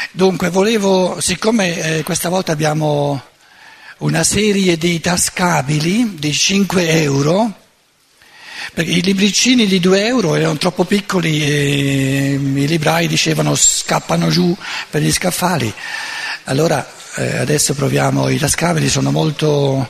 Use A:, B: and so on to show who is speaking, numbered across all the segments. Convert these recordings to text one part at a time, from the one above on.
A: Dunque, siccome questa volta abbiamo una serie di tascabili di 5 euro, perché i libricini di 2 euro erano troppo piccoli e i librai dicevano scappano giù per gli scaffali, allora adesso proviamo, i tascabili sono molto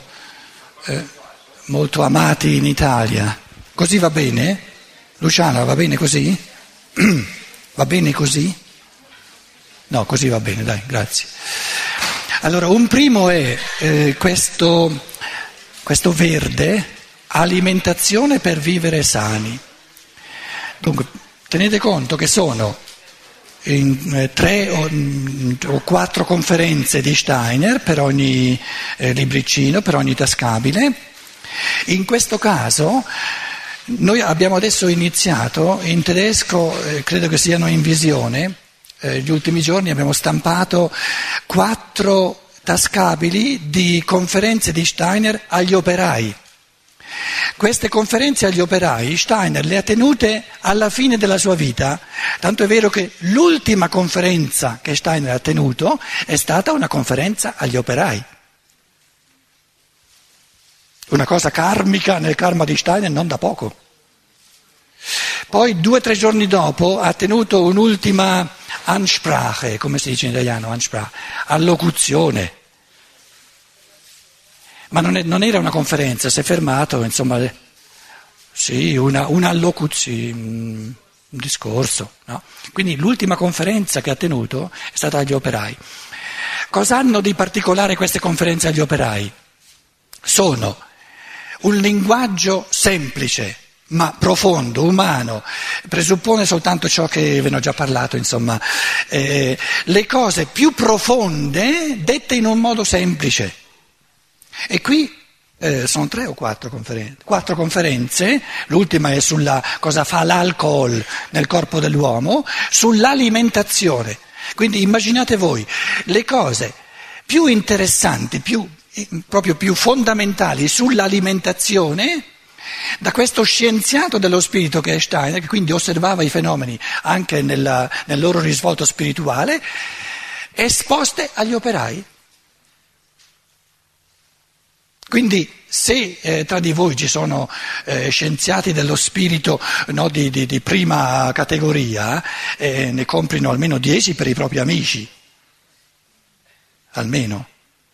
A: amati in Italia. Così va bene? Luciana, va bene così? Va bene così? No, così va bene, dai, grazie. Allora, un primo è questo verde, alimentazione per vivere sani. Dunque, tenete conto che sono in 3 o 4 conferenze di Steiner per ogni libricino, per ogni tascabile. In questo caso noi abbiamo adesso iniziato, in tedesco credo che siano in visione, gli ultimi giorni abbiamo stampato 4 tascabili di conferenze di Steiner agli operai. Queste conferenze agli operai Steiner le ha tenute alla fine della sua vita, tanto è vero che l'ultima conferenza che Steiner ha tenuto è stata una conferenza agli operai. Una cosa karmica nel karma di Steiner non da poco. Poi 2 o 3 giorni dopo ha tenuto un'ultima Ansprache, come si dice in italiano, Ansprache, allocuzione. Ma non era una conferenza, si è fermato, insomma, sì, una allocuzione, un discorso, no? Quindi l'ultima conferenza che ha tenuto è stata agli operai. Cosa hanno di particolare queste conferenze agli operai? Sono un linguaggio semplice, ma profondo, umano, presuppone soltanto ciò che ve ne ho già parlato, insomma, le cose più profonde dette in un modo semplice. E qui sono 3 o 4 conferenze. 4 conferenze, l'ultima è sulla cosa fa l'alcol nel corpo dell'uomo, sull'alimentazione. Quindi immaginate voi le cose più interessanti, proprio più fondamentali sull'alimentazione, da questo scienziato dello spirito che è Steiner, che quindi osservava i fenomeni anche nel loro risvolto spirituale, esposte agli operai. Quindi se tra di voi ci sono scienziati dello spirito, no, di prima categoria, ne comprino almeno 10 per i propri amici, almeno.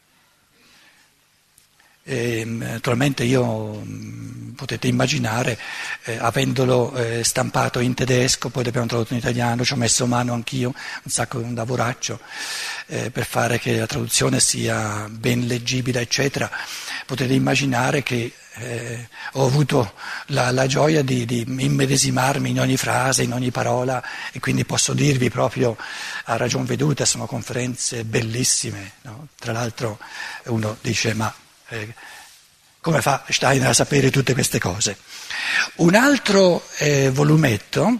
A: Naturalmente io, potete immaginare, avendolo stampato in tedesco, poi l'abbiamo tradotto in italiano, ci ho messo mano anch'io, un lavoraccio, per fare che la traduzione sia ben leggibile, eccetera. Potete immaginare che ho avuto la gioia di immedesimarmi in ogni frase, in ogni parola, e quindi posso dirvi proprio a ragion veduta, sono conferenze bellissime, no? Tra l'altro uno dice ma come fa Steiner a sapere tutte queste cose? Un altro volumetto,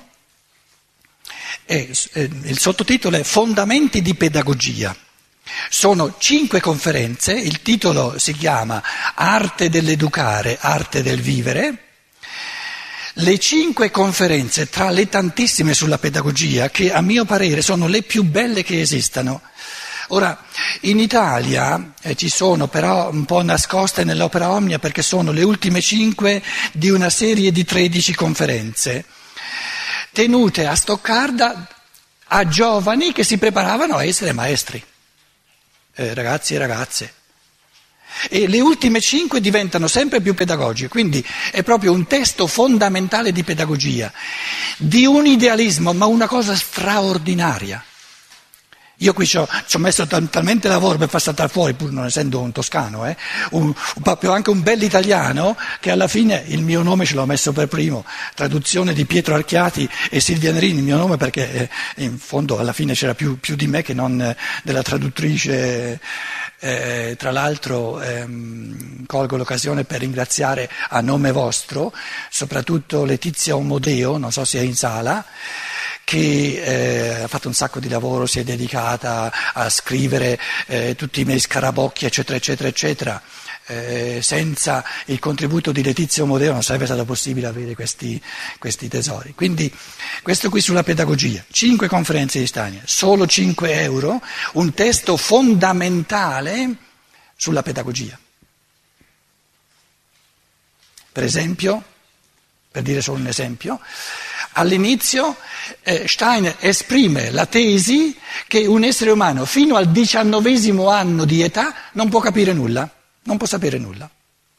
A: il sottotitolo è Fondamenti di pedagogia. Sono 5 conferenze, il titolo si chiama Arte dell'educare, arte del vivere. Le 5 conferenze, tra le tantissime sulla pedagogia, che a mio parere sono le più belle che esistano. Ora, in Italia ci sono però un po' nascoste nell'Opera Omnia, perché sono le ultime 5 di una serie di 13 conferenze tenute a Stoccarda a giovani che si preparavano a essere maestri, ragazzi e ragazze. E le ultime 5 diventano sempre più pedagogiche, quindi è proprio un testo fondamentale di pedagogia, di un idealismo, ma una cosa straordinaria. Io qui ci ho messo talmente lavoro per far saltare fuori, pur non essendo un toscano, proprio anche un bell'italiano, che alla fine il mio nome ce l'ho messo per primo, traduzione di Pietro Archiati e Silvia Nerini, il mio nome, perché in fondo alla fine c'era più di me che non della traduttrice. Tra l'altro colgo l'occasione per ringraziare a nome vostro soprattutto Letizia Omodeo, non so se è in sala, che ha fatto un sacco di lavoro, si è dedicata a scrivere tutti i miei scarabocchi, eccetera, eccetera, eccetera. senza il contributo di Letizia Modeo non sarebbe stato possibile avere questi tesori. Quindi questo qui sulla pedagogia, 5 conferenze di Steiner, solo 5 euro, un testo fondamentale sulla pedagogia. Per esempio, per dire solo un esempio, all'inizio Steiner esprime la tesi che un essere umano fino al 19° anno di età non può capire nulla, non può sapere nulla.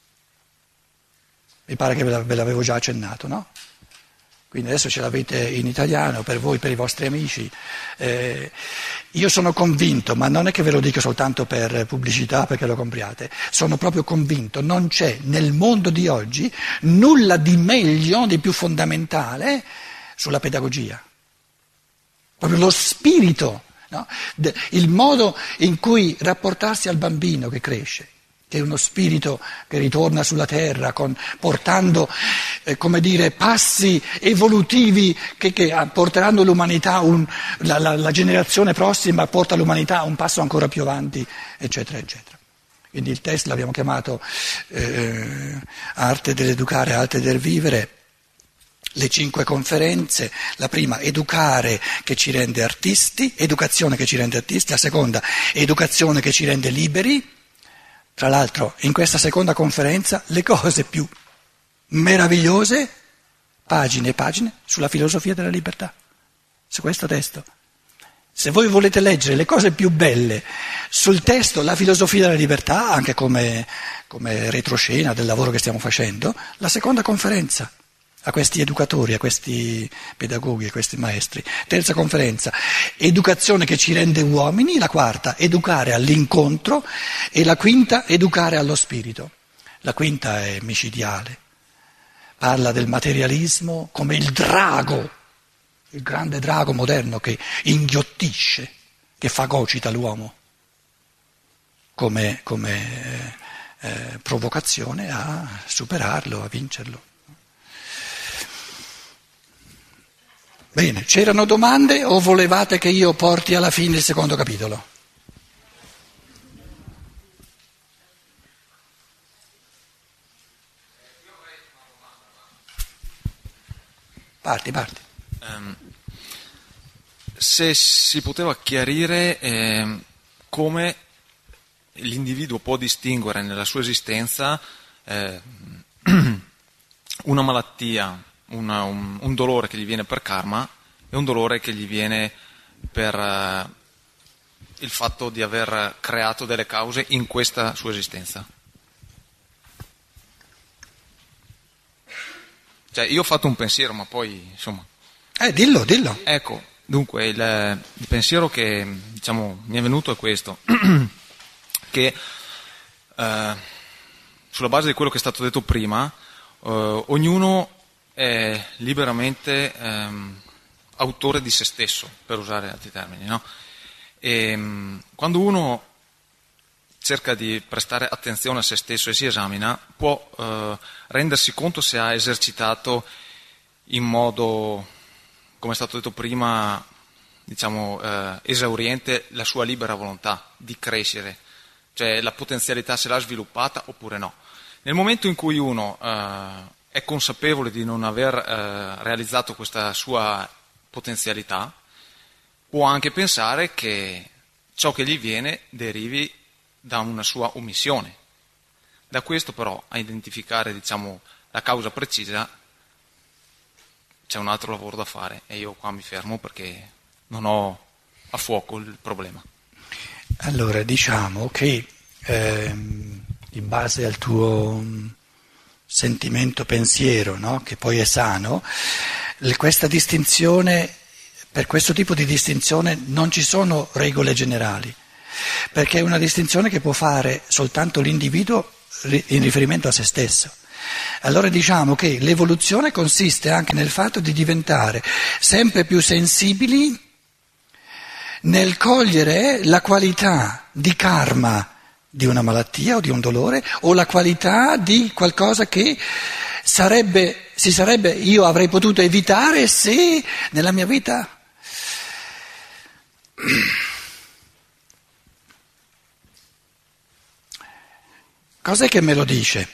A: Mi pare che ve l'avevo già accennato, no? Quindi adesso ce l'avete in italiano per voi, per i vostri amici. Io sono convinto, ma non è che ve lo dico soltanto per pubblicità perché lo compriate, sono proprio convinto, non c'è nel mondo di oggi nulla di meglio, di più fondamentale sulla pedagogia. Proprio lo spirito, no? Il modo in cui rapportarsi al bambino che cresce, che è uno spirito che ritorna sulla terra portando, passi evolutivi che porteranno l'umanità, la generazione prossima porta l'umanità a un passo ancora più avanti, eccetera, eccetera. Quindi il testo l'abbiamo chiamato Arte dell'educare, arte del vivere. Le 5 conferenze, la prima educare che ci rende artisti, educazione che ci rende artisti, la seconda educazione che ci rende liberi. Tra l'altro in questa seconda conferenza le cose più meravigliose, pagine e pagine, sulla filosofia della libertà, su questo testo. Se voi volete leggere le cose più belle sul testo La filosofia della libertà, anche come retroscena del lavoro che stiamo facendo, la seconda conferenza a questi educatori, a questi pedagoghi, a questi maestri. Terza conferenza, educazione che ci rende uomini, la quarta, educare all'incontro e la quinta, educare allo spirito. La quinta è micidiale, parla del materialismo come il drago, il grande drago moderno che inghiottisce, che fagocita l'uomo come provocazione a superarlo, a vincerlo. Bene, c'erano domande o volevate che io porti alla fine il secondo capitolo? Parti.
B: Se si poteva chiarire come l'individuo può distinguere nella sua esistenza una malattia, un dolore che gli viene per karma e un dolore che gli viene per il fatto di aver creato delle cause in questa sua esistenza. Cioè, io ho fatto un pensiero, ma poi, insomma...
A: Dillo.
B: Ecco, dunque, il pensiero che, mi è venuto è questo, che sulla base di quello che è stato detto prima, ognuno è liberamente autore di se stesso, per usare altri termini, no? E quando uno cerca di prestare attenzione a se stesso e si esamina, può rendersi conto se ha esercitato in modo, come è stato detto prima, esauriente la sua libera volontà di crescere, cioè la potenzialità se l'ha sviluppata oppure no. Nel momento in cui uno è consapevole di non aver realizzato questa sua potenzialità, può anche pensare che ciò che gli viene derivi da una sua omissione. Da questo però a identificare, la causa precisa c'è un altro lavoro da fare e io qua mi fermo perché non ho a fuoco il problema.
A: Allora, diciamo che in base al tuo sentimento, pensiero, no? Che poi è sano, questa distinzione, per questo tipo di distinzione non ci sono regole generali, perché è una distinzione che può fare soltanto l'individuo in riferimento a se stesso. Allora diciamo che l'evoluzione consiste anche nel fatto di diventare sempre più sensibili nel cogliere la qualità di karma di una malattia o di un dolore o la qualità di qualcosa che io avrei potuto evitare se nella mia vita Cos'è che me lo dice?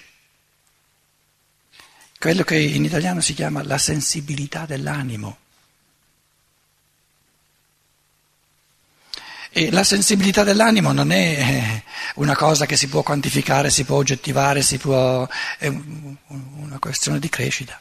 A: Quello che in italiano si chiama la sensibilità dell'animo. E la sensibilità dell'animo non è una cosa che si può quantificare, si può oggettivare, è una questione di crescita.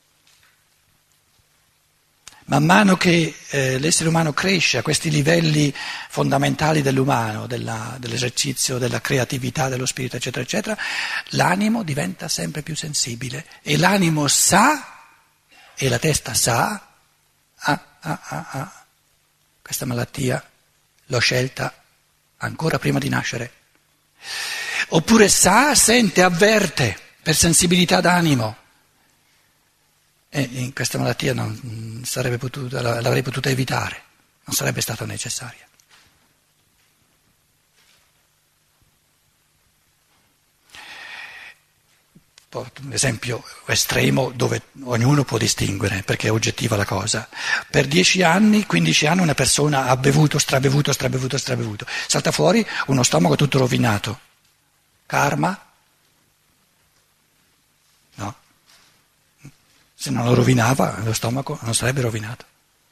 A: Man mano che l'essere umano cresce a questi livelli fondamentali dell'umano, dell'esercizio, della creatività, dello spirito, eccetera, eccetera, l'animo diventa sempre più sensibile e l'animo sa e la testa sa, questa malattia l'ho scelta ancora prima di nascere. Oppure sa, sente, avverte per sensibilità d'animo. E in questa malattia l'avrei potuta evitare, non sarebbe stata necessaria. Un esempio estremo dove ognuno può distinguere, perché è oggettiva la cosa. Per 10 anni, 15 anni una persona ha bevuto, strabevuto, salta fuori uno stomaco tutto rovinato. Karma? No. Se non lo rovinava, lo stomaco non sarebbe rovinato.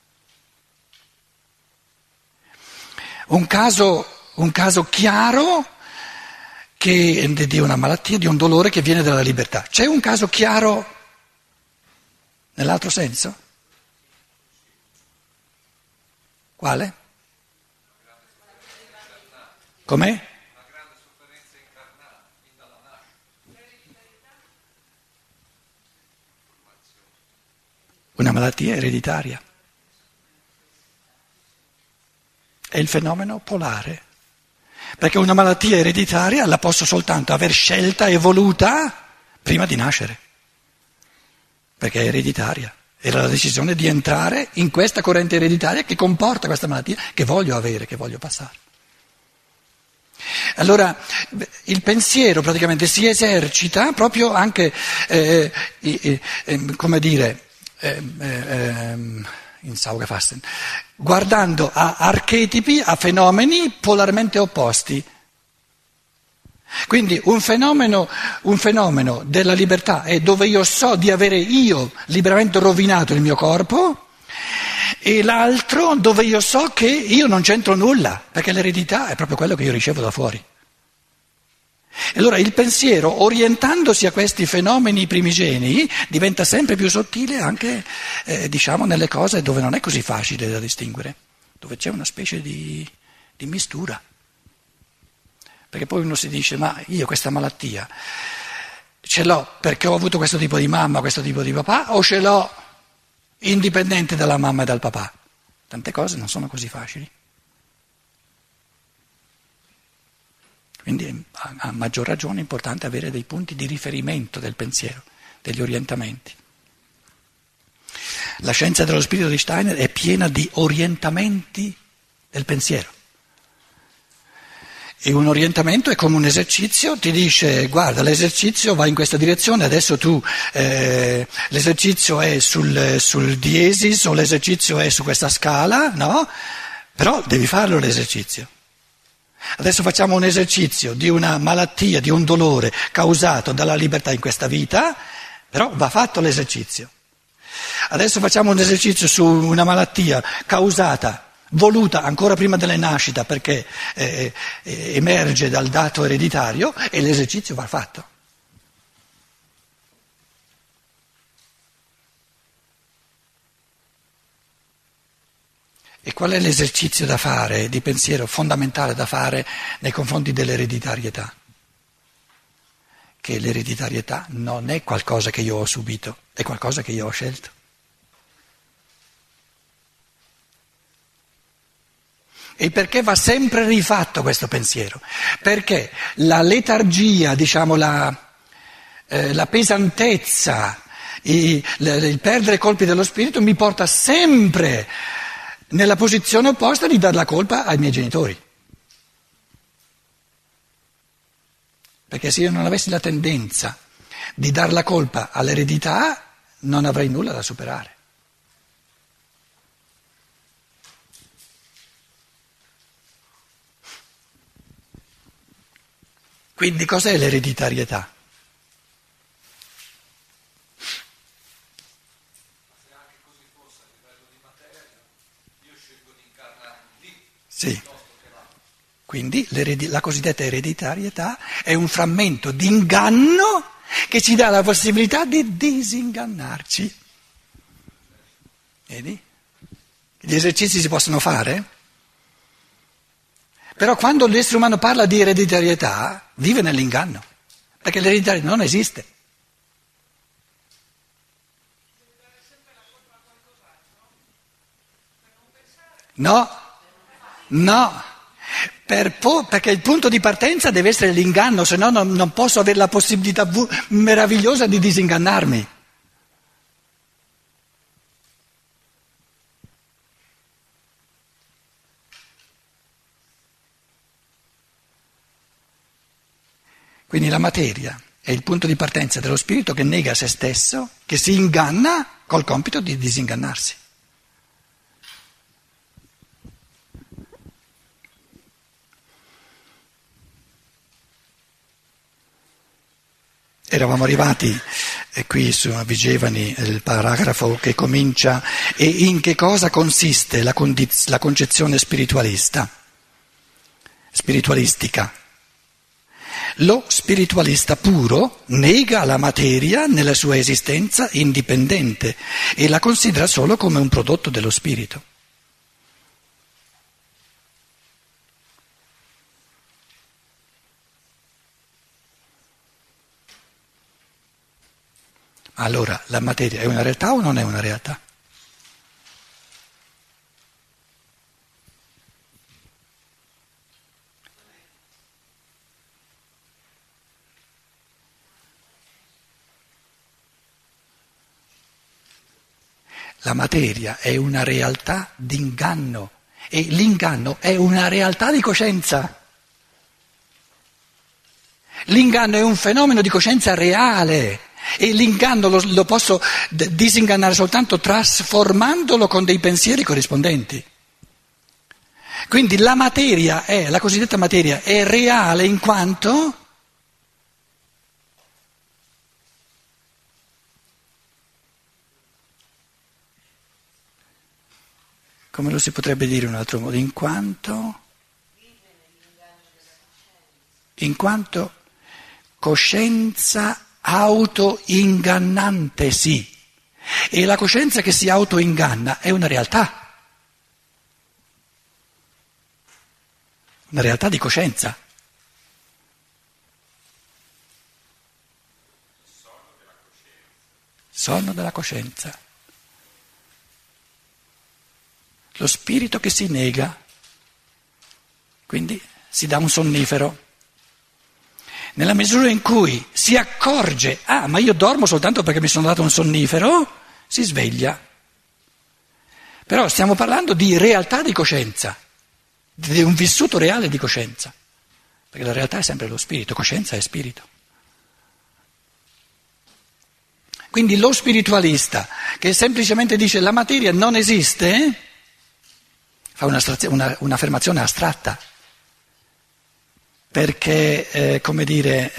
A: Un caso chiaro di una malattia, di un dolore che viene dalla libertà. C'è un caso chiaro nell'altro senso? Quale? Com'è? Una malattia ereditaria. È il fenomeno polare. Perché una malattia ereditaria la posso soltanto aver scelta e voluta prima di nascere. Perché è ereditaria. Era la decisione di entrare in questa corrente ereditaria che comporta questa malattia che voglio avere, che voglio passare. Allora il pensiero praticamente si esercita proprio anche, come dire, in Saugafasten, guardando a archetipi, a fenomeni polarmente opposti. Quindi un fenomeno della libertà è dove io so di avere io liberamente rovinato il mio corpo, e l'altro dove io so che io non c'entro nulla, perché l'eredità è proprio quello che io ricevo da fuori. E allora il pensiero, orientandosi a questi fenomeni primigenii, diventa sempre più sottile anche, diciamo, nelle cose dove non è così facile da distinguere, dove c'è una specie di mistura. Perché poi uno si dice, ma io questa malattia ce l'ho perché ho avuto questo tipo di mamma, questo tipo di papà, o ce l'ho indipendente dalla mamma e dal papà? Tante cose non sono così facili. Quindi a maggior ragione è importante avere dei punti di riferimento del pensiero, degli orientamenti. La scienza dello spirito di Steiner è piena di orientamenti del pensiero. E un orientamento è come un esercizio, ti dice guarda l'esercizio va in questa direzione, adesso tu l'esercizio è sul diesis o l'esercizio è su questa scala, no? Però devi farlo l'esercizio. Adesso facciamo un esercizio di una malattia, di un dolore causato dalla libertà in questa vita, però va fatto l'esercizio. Adesso facciamo un esercizio su una malattia causata, voluta ancora prima della nascita perché emerge dal dato ereditario e l'esercizio va fatto. E qual è l'esercizio da fare, di pensiero fondamentale da fare nei confronti dell'ereditarietà? Che l'ereditarietà non è qualcosa che io ho subito, è qualcosa che io ho scelto. E perché va sempre rifatto questo pensiero? Perché la letargia, diciamo la pesantezza, il perdere colpi dello spirito mi porta sempre nella posizione opposta di dar la colpa ai miei genitori. Perché se io non avessi la tendenza di dar la colpa all'eredità, non avrei nulla da superare. Quindi cos'è l'ereditarietà? Sì. Quindi la cosiddetta ereditarietà è un frammento di inganno che ci dà la possibilità di disingannarci. Vedi? Gli esercizi si possono fare? Però quando l'essere umano parla di ereditarietà, vive nell'inganno, perché l'ereditarietà non esiste. No, perché il punto di partenza deve essere l'inganno, se no non posso avere la possibilità meravigliosa di disingannarmi. Quindi la materia è il punto di partenza dello spirito che nega se stesso, che si inganna col compito di disingannarsi. Eravamo arrivati qui su Vigevani, il paragrafo che comincia: e in che cosa consiste la concezione spiritualistica? Lo spiritualista puro nega la materia nella sua esistenza indipendente e la considera solo come un prodotto dello spirito. Allora, la materia è una realtà o non è una realtà? La materia è una realtà d'inganno e l'inganno è una realtà di coscienza. L'inganno è un fenomeno di coscienza reale. E l'inganno lo posso disingannare soltanto trasformandolo con dei pensieri corrispondenti. Quindi la cosiddetta materia è reale in quanto come lo si potrebbe dire in un altro modo? In quanto coscienza autoingannante, sì. E la coscienza che si autoinganna è una realtà di coscienza. Sonno della coscienza. Lo spirito che si nega, quindi si dà un sonnifero. Nella misura in cui si accorge, ma io dormo soltanto perché mi sono dato un sonnifero, si sveglia. Però stiamo parlando di realtà di coscienza, di un vissuto reale di coscienza, perché la realtà è sempre lo spirito, coscienza è spirito. Quindi lo spiritualista che semplicemente dice la materia non esiste, fa un'affermazione astratta. Perché, come dire,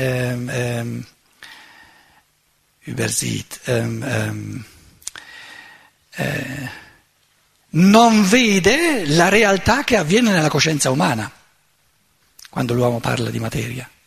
A: non vede la realtà che avviene nella coscienza umana quando l'uomo parla di materia.